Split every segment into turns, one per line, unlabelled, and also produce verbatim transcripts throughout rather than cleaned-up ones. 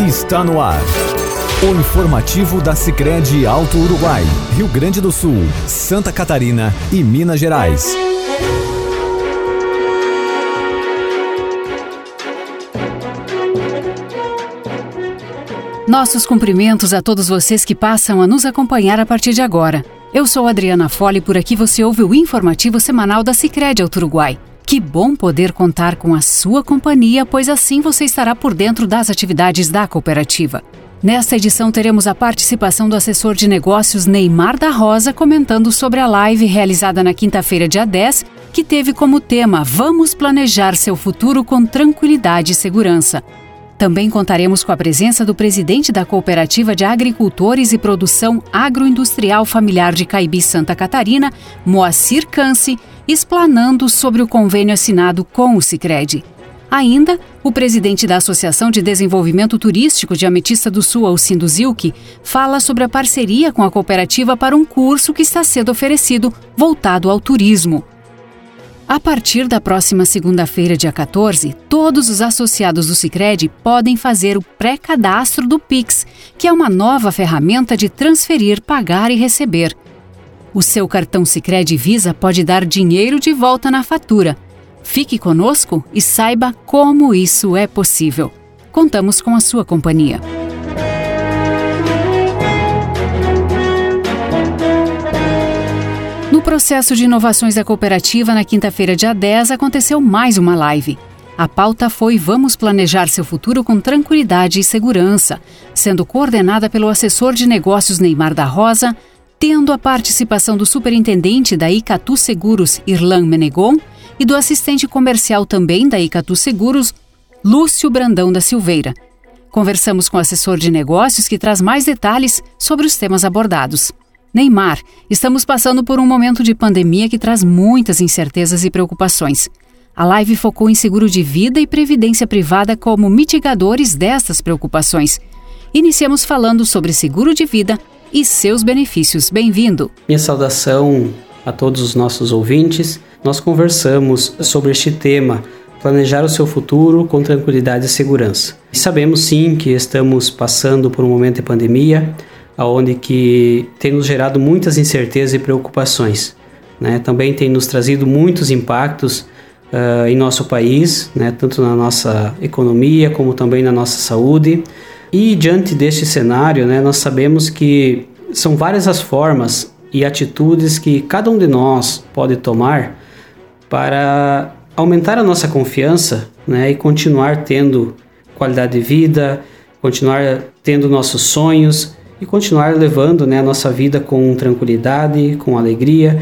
Está no ar. O informativo da Sicredi Alto Uruguai, Rio Grande do Sul, Santa Catarina e Minas Gerais.
Nossos cumprimentos a todos vocês que passam a nos acompanhar a partir de agora. Eu sou Adriana Fole e por aqui você ouve o informativo semanal da Sicredi Alto Uruguai. Que bom poder contar com a sua companhia, pois assim você estará por dentro das atividades da cooperativa. Nesta edição teremos a participação do assessor de negócios Neymar da Rosa comentando sobre a live realizada na quinta-feira, dia dez, que teve como tema Vamos planejar seu futuro com tranquilidade e segurança. Também contaremos com a presença do presidente da Cooperativa de Agricultores e Produção Agroindustrial Familiar de Caibi, Santa Catarina, Moacir Canci, explanando sobre o convênio assinado com o Sicredi. Ainda, o presidente da Associação de Desenvolvimento Turístico de Ametista do Sul, Alcindo Zilke, fala sobre a parceria com a cooperativa para um curso que está sendo oferecido voltado ao turismo. A partir da próxima segunda-feira, dia quatorze, todos os associados do Sicredi podem fazer o pré-cadastro do Pix, que é uma nova ferramenta de transferir, pagar e receber. O seu cartão Sicredi Visa pode dar dinheiro de volta na fatura. Fique conosco e saiba como isso é possível. Contamos com a sua companhia. No processo de inovações da cooperativa, na quinta-feira, dia dez, aconteceu mais uma live. A pauta foi Vamos planejar seu futuro com tranquilidade e segurança, sendo coordenada pelo assessor de negócios Neymar da Rosa, tendo a participação do superintendente da Icatu Seguros, Irlan Menegon, e do assistente comercial também da Icatu Seguros, Lúcio Brandão da Silveira. Conversamos com o assessor de negócios que traz mais detalhes sobre os temas abordados. Neymar, estamos passando por um momento de pandemia que traz muitas incertezas e preocupações. A live focou em seguro de vida e previdência privada como mitigadores destas preocupações. Iniciamos falando sobre seguro de vida e seus benefícios. Bem-vindo!
Minha saudação a todos os nossos ouvintes. Nós conversamos sobre este tema, planejar o seu futuro com tranquilidade e segurança. E sabemos sim que estamos passando por um momento de pandemia, onde que tem nos gerado muitas incertezas e preocupações, né? Também tem nos trazido muitos impactos uh, em nosso país, né? Tanto na nossa economia como também na nossa saúde. E diante deste cenário, né, nós sabemos que são várias as formas e atitudes que cada um de nós pode tomar para aumentar a nossa confiança, né, e continuar tendo qualidade de vida, continuar tendo nossos sonhos e continuar levando, né, a nossa vida com tranquilidade, com alegria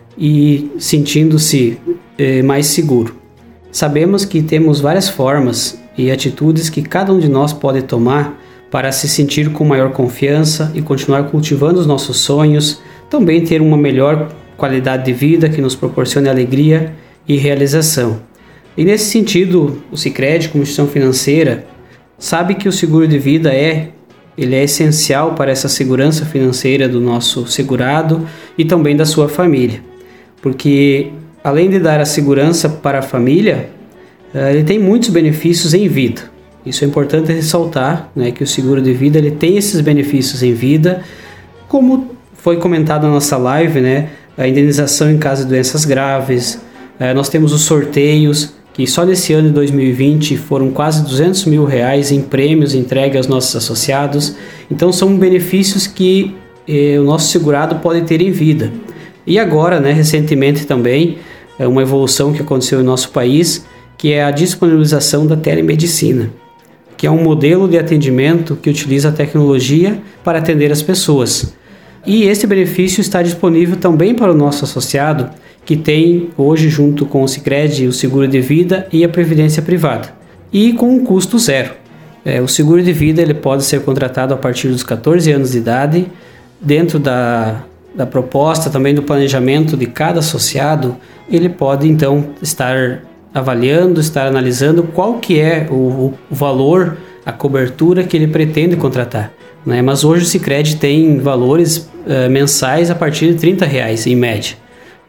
e sentindo-se eh, mais seguro. Sabemos que temos várias formas e atitudes que cada um de nós pode tomar para se sentir com maior confiança e continuar cultivando os nossos sonhos, também ter uma melhor qualidade de vida que nos proporcione alegria e realização. E nesse sentido, o Sicredi, como instituição financeira, sabe que o seguro de vida é, ele é essencial para essa segurança financeira do nosso segurado e também da sua família. Porque além de dar a segurança para a família, ele tem muitos benefícios em vida. Isso é importante ressaltar, né, que o seguro de vida ele tem esses benefícios em vida, como foi comentado na nossa live, né, a indenização em caso de doenças graves, eh, nós temos os sorteios, que só nesse ano de dois mil e vinte foram quase duzentos mil reais em prêmios entregues aos nossos associados. Então são benefícios que eh, o nosso segurado pode ter em vida. E agora, né, recentemente também, é uma evolução que aconteceu em nosso país, que é a disponibilização da telemedicina, que é um modelo de atendimento que utiliza a tecnologia para atender as pessoas. E esse benefício está disponível também para o nosso associado, que tem hoje junto com o Sicredi o seguro de vida e a previdência privada, e com um custo zero. É, o seguro de vida ele pode ser contratado a partir dos catorze anos de idade, dentro da, da proposta também do planejamento de cada associado, ele pode então estar avaliando, estar analisando qual que é o, o valor, a cobertura que ele pretende contratar, né? Mas hoje o Sicredi tem valores uh, mensais a partir de trinta reais em média,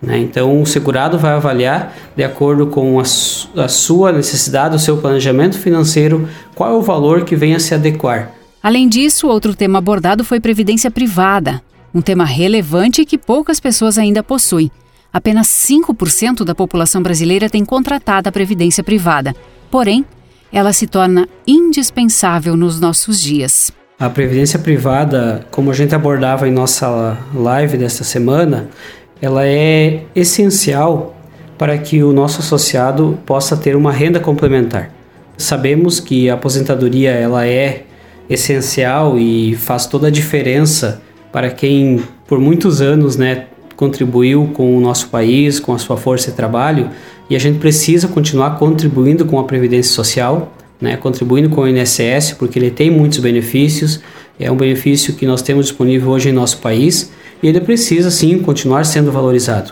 né? Então, o segurado vai avaliar, de acordo com a, su- a sua necessidade, o seu planejamento financeiro, qual é o valor que venha se adequar.
Além disso, outro tema abordado foi previdência privada, um tema relevante que poucas pessoas ainda possuem. Apenas cinco por cento da população brasileira tem contratada a previdência privada. Porém, ela se torna indispensável nos nossos dias.
A previdência privada, como a gente abordava em nossa live desta semana, ela é essencial para que o nosso associado possa ter uma renda complementar. Sabemos que a aposentadoria ela é essencial e faz toda a diferença para quem por muitos anos, né, contribuiu com o nosso país, com a sua força de trabalho, e a gente precisa continuar contribuindo com a Previdência Social, né, contribuindo com o I N S S, porque ele tem muitos benefícios, é um benefício que nós temos disponível hoje em nosso país, e ele precisa sim continuar sendo valorizado.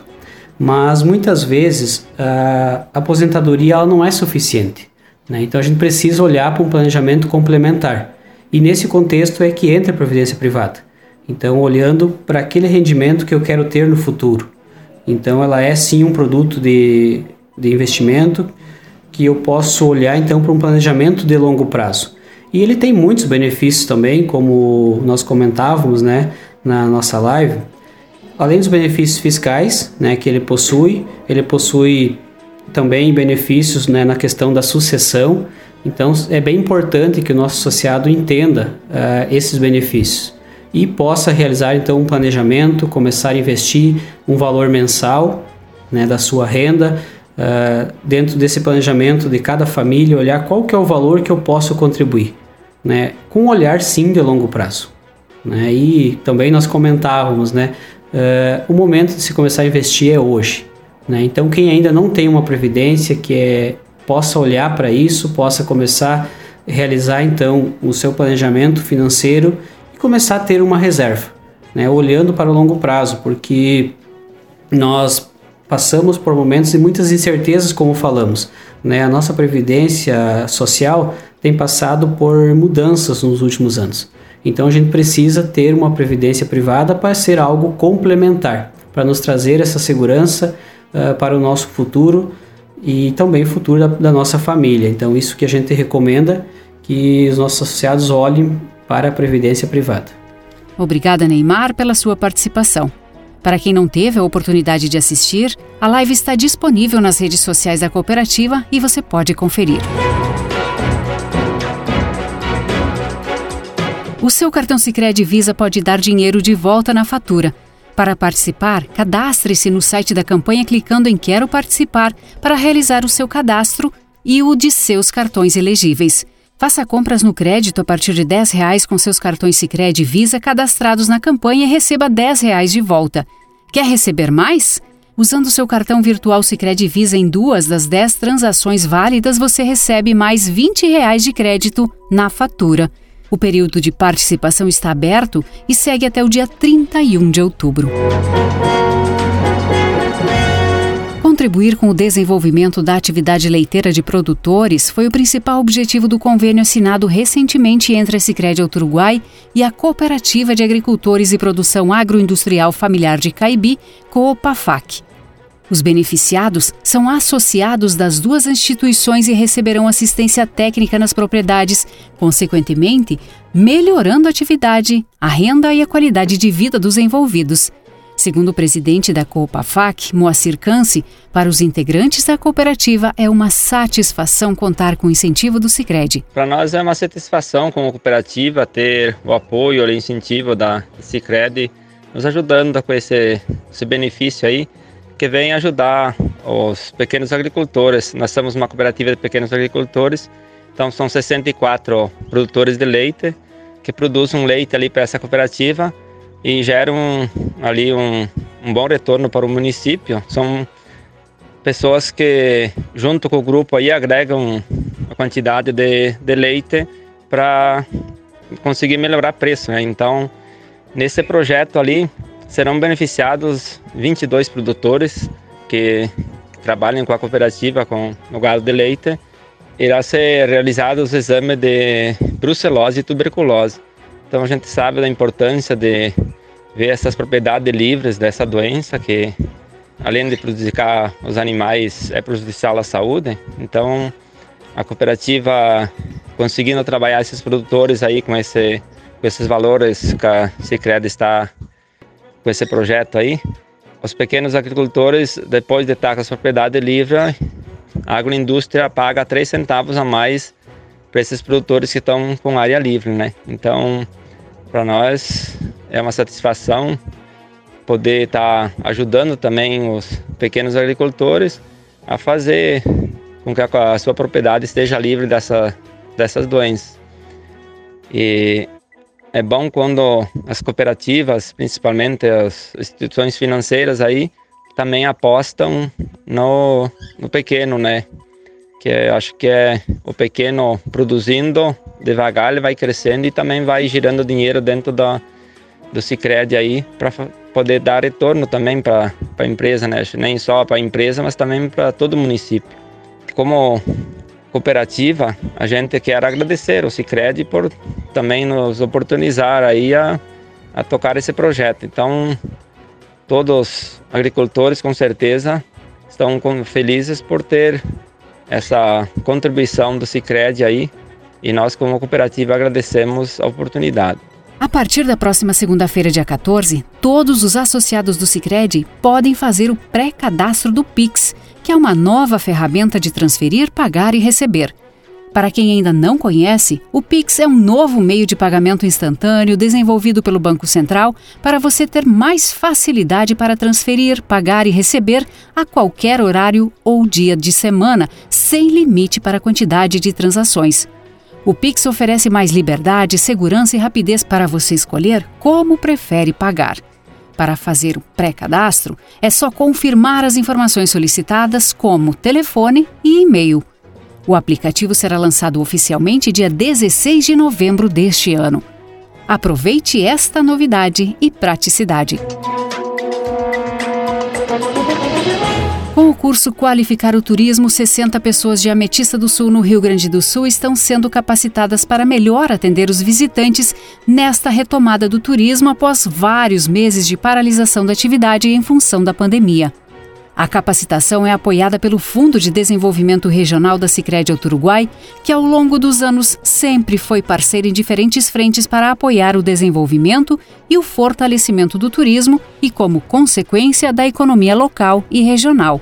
Mas muitas vezes a aposentadoria ela não é suficiente, né? Então a gente precisa olhar para um planejamento complementar, e nesse contexto é que entra a Previdência Privada. Então, olhando para aquele rendimento que eu quero ter no futuro. Então, ela é sim um produto de, de investimento que eu posso olhar então para um planejamento de longo prazo. E ele tem muitos benefícios também, como nós comentávamos, né, na nossa live. Além dos benefícios fiscais, né, que ele possui, ele possui também benefícios, né, na questão da sucessão. Então, é bem importante que o nosso associado entenda uh, esses benefícios e possa realizar então um planejamento, começar a investir um valor mensal, né, da sua renda, uh, dentro desse planejamento de cada família, olhar qual que é o valor que eu posso contribuir, né, com um olhar sim de longo prazo, né? E também nós comentávamos, né, uh, o momento de se começar a investir é hoje, né? Então quem ainda não tem uma previdência, que é, possa olhar para isso, possa começar a realizar então o seu planejamento financeiro, começar a ter uma reserva, né, olhando para o longo prazo, porque nós passamos por momentos de muitas incertezas, como falamos, né? A nossa previdência social tem passado por mudanças nos últimos anos. Então a gente precisa ter uma previdência privada para ser algo complementar, para nos trazer essa segurança uh, para o nosso futuro e também o futuro da, da nossa família. Então isso que a gente recomenda, que os nossos associados olhem para a previdência privada.
Obrigada, Neymar, pela sua participação. Para quem não teve a oportunidade de assistir, a live está disponível nas redes sociais da cooperativa e você pode conferir. O seu cartão Sicredi Visa pode dar dinheiro de volta na fatura. Para participar, cadastre-se no site da campanha clicando em Quero Participar para realizar o seu cadastro e o de seus cartões elegíveis. Faça compras no crédito a partir de dez reais com seus cartões Sicredi Visa cadastrados na campanha e receba dez reais de volta. Quer receber mais? Usando seu cartão virtual Sicredi Visa em duas das dez transações válidas, você recebe mais vinte reais de crédito na fatura. O período de participação está aberto e segue até o dia trinta e um de outubro. Contribuir com o desenvolvimento da atividade leiteira de produtores foi o principal objetivo do convênio assinado recentemente entre a Sicredi Alto Uruguai e a Cooperativa de Agricultores e Produção Agroindustrial Familiar de Caibi, Coopafac. Os beneficiados são associados das duas instituições e receberão assistência técnica nas propriedades, consequentemente, melhorando a atividade, a renda e a qualidade de vida dos envolvidos. Segundo o presidente da Coopafac, Moacir Canci, para os integrantes da cooperativa é uma satisfação contar com o incentivo do Sicredi.
Para nós é uma satisfação como cooperativa ter o apoio, o incentivo da Sicredi, nos ajudando com esse, esse benefício aí, que vem ajudar os pequenos agricultores. Nós somos uma cooperativa de pequenos agricultores, então são sessenta e quatro produtores de leite que produzem um leite ali para essa cooperativa e geram ali um, um bom retorno para o município. São pessoas que, junto com o grupo, aí agregam a quantidade de, de leite para conseguir melhorar o preço, né? Então, nesse projeto ali, serão beneficiados vinte e dois produtores que trabalham com a cooperativa, com o gado de leite. Irá ser realizado os exames de brucelose e tuberculose. Então a gente sabe da importância de ver essas propriedades livres dessa doença que além de prejudicar os animais, é prejudicial à saúde. Então, a cooperativa, conseguindo trabalhar esses produtores aí com, esse, com esses valores que a Sicredi está com esse projeto aí, os pequenos agricultores, depois de estar com a propriedade livre, a agroindústria paga três centavos a mais para esses produtores que estão com área livre, né? Então, para nós é uma satisfação poder estar ajudando também os pequenos agricultores a fazer com que a sua propriedade esteja livre dessa, dessas doenças. E é bom quando as cooperativas, principalmente as instituições financeiras aí, também apostam no, no pequeno, né? Que eu acho que é o pequeno produzindo devagar, ele vai crescendo e também vai girando dinheiro dentro da, do Sicredi aí para poder dar retorno também para a empresa, né? Nem só para a empresa, mas também para todo o município. Como cooperativa, a gente quer agradecer ao Sicredi por também nos oportunizar aí a, a tocar esse projeto. Então, todos os agricultores, com certeza, estão felizes por ter essa contribuição do Sicredi aí, e nós, como cooperativa, agradecemos a oportunidade.
A partir da próxima segunda-feira, dia quatorze, todos os associados do Sicredi podem fazer o pré-cadastro do Pix, que é uma nova ferramenta de transferir, pagar e receber. Para quem ainda não conhece, o Pix é um novo meio de pagamento instantâneo desenvolvido pelo Banco Central para você ter mais facilidade para transferir, pagar e receber a qualquer horário ou dia de semana, sem limite para a quantidade de transações. O Pix oferece mais liberdade, segurança e rapidez para você escolher como prefere pagar. Para fazer o pré-cadastro, é só confirmar as informações solicitadas, como telefone e e-mail. O aplicativo será lançado oficialmente dia dezesseis de novembro deste ano. Aproveite esta novidade e praticidade. Com o curso Qualificar o Turismo, sessenta pessoas de Ametista do Sul, no Rio Grande do Sul, estão sendo capacitadas para melhor atender os visitantes nesta retomada do turismo após vários meses de paralisação da atividade em função da pandemia. A capacitação é apoiada pelo Fundo de Desenvolvimento Regional da Sicredi Uruguai, que ao longo dos anos sempre foi parceiro em diferentes frentes para apoiar o desenvolvimento e o fortalecimento do turismo e, como consequência, da economia local e regional.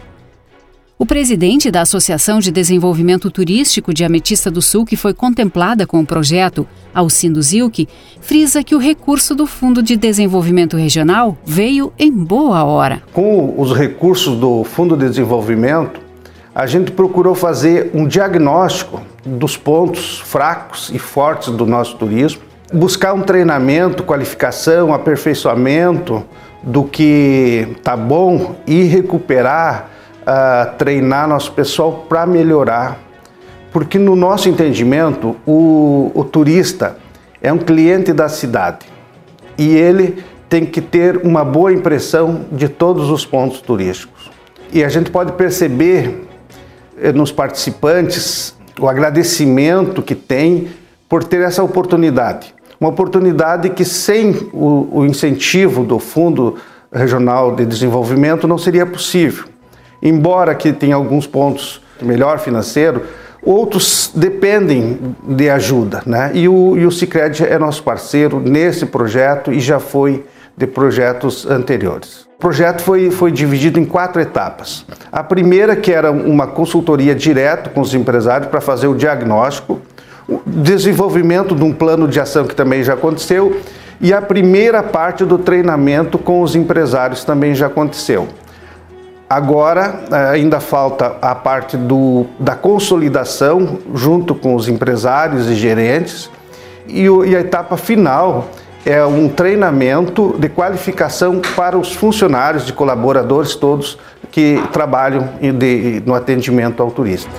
O presidente da Associação de Desenvolvimento Turístico de Ametista do Sul, que foi contemplada com o projeto, Alcindo Zilke, frisa que o recurso do Fundo de Desenvolvimento Regional veio em boa hora.
Com os recursos do Fundo de Desenvolvimento, a gente procurou fazer um diagnóstico dos pontos fracos e fortes do nosso turismo, buscar um treinamento, qualificação, aperfeiçoamento do que está bom e recuperar, Uh, treinar nosso pessoal para melhorar, porque no nosso entendimento o, o turista é um cliente da cidade e ele tem que ter uma boa impressão de todos os pontos turísticos. E a gente pode perceber eh, nos participantes o agradecimento que tem por ter essa oportunidade, uma oportunidade que sem o, o incentivo do Fundo Regional de Desenvolvimento não seria possível. Embora que tenha alguns pontos melhor financeiro, outros dependem de ajuda, né? E o, e o Sicredi é nosso parceiro nesse projeto e já foi de projetos anteriores. O projeto foi, foi dividido em quatro etapas. A primeira, que era uma consultoria direto com os empresários para fazer o diagnóstico, o desenvolvimento de um plano de ação que também já aconteceu, e a primeira parte do treinamento com os empresários também já aconteceu. Agora, ainda falta a parte do, da consolidação junto com os empresários e gerentes, e, o, e a etapa final é um treinamento de qualificação para os funcionários e colaboradores todos que trabalham de, no atendimento ao turista.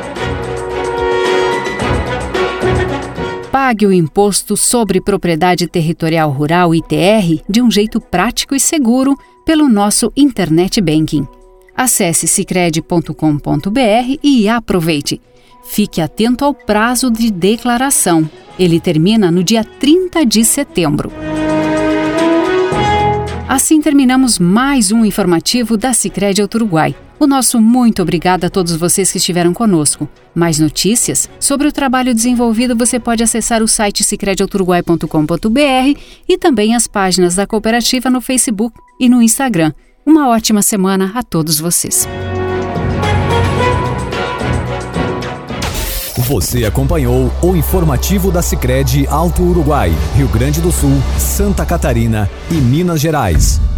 Pague o Imposto sobre Propriedade Territorial Rural, I T R, de um jeito prático e seguro pelo nosso Internet Banking. Acesse sicredi ponto com ponto br e aproveite. Fique atento ao prazo de declaração. Ele termina no dia trinta de setembro. Assim terminamos mais um informativo da Sicredi Alto Uruguai. O nosso muito obrigado a todos vocês que estiveram conosco. Mais notícias sobre o trabalho desenvolvido você pode acessar o site sicredi alto uruguai ponto com ponto b r e também as páginas da cooperativa no Facebook e no Instagram. Uma ótima semana a todos vocês.
Você acompanhou o informativo da Sicredi Alto Uruguai, Rio Grande do Sul, Santa Catarina e Minas Gerais.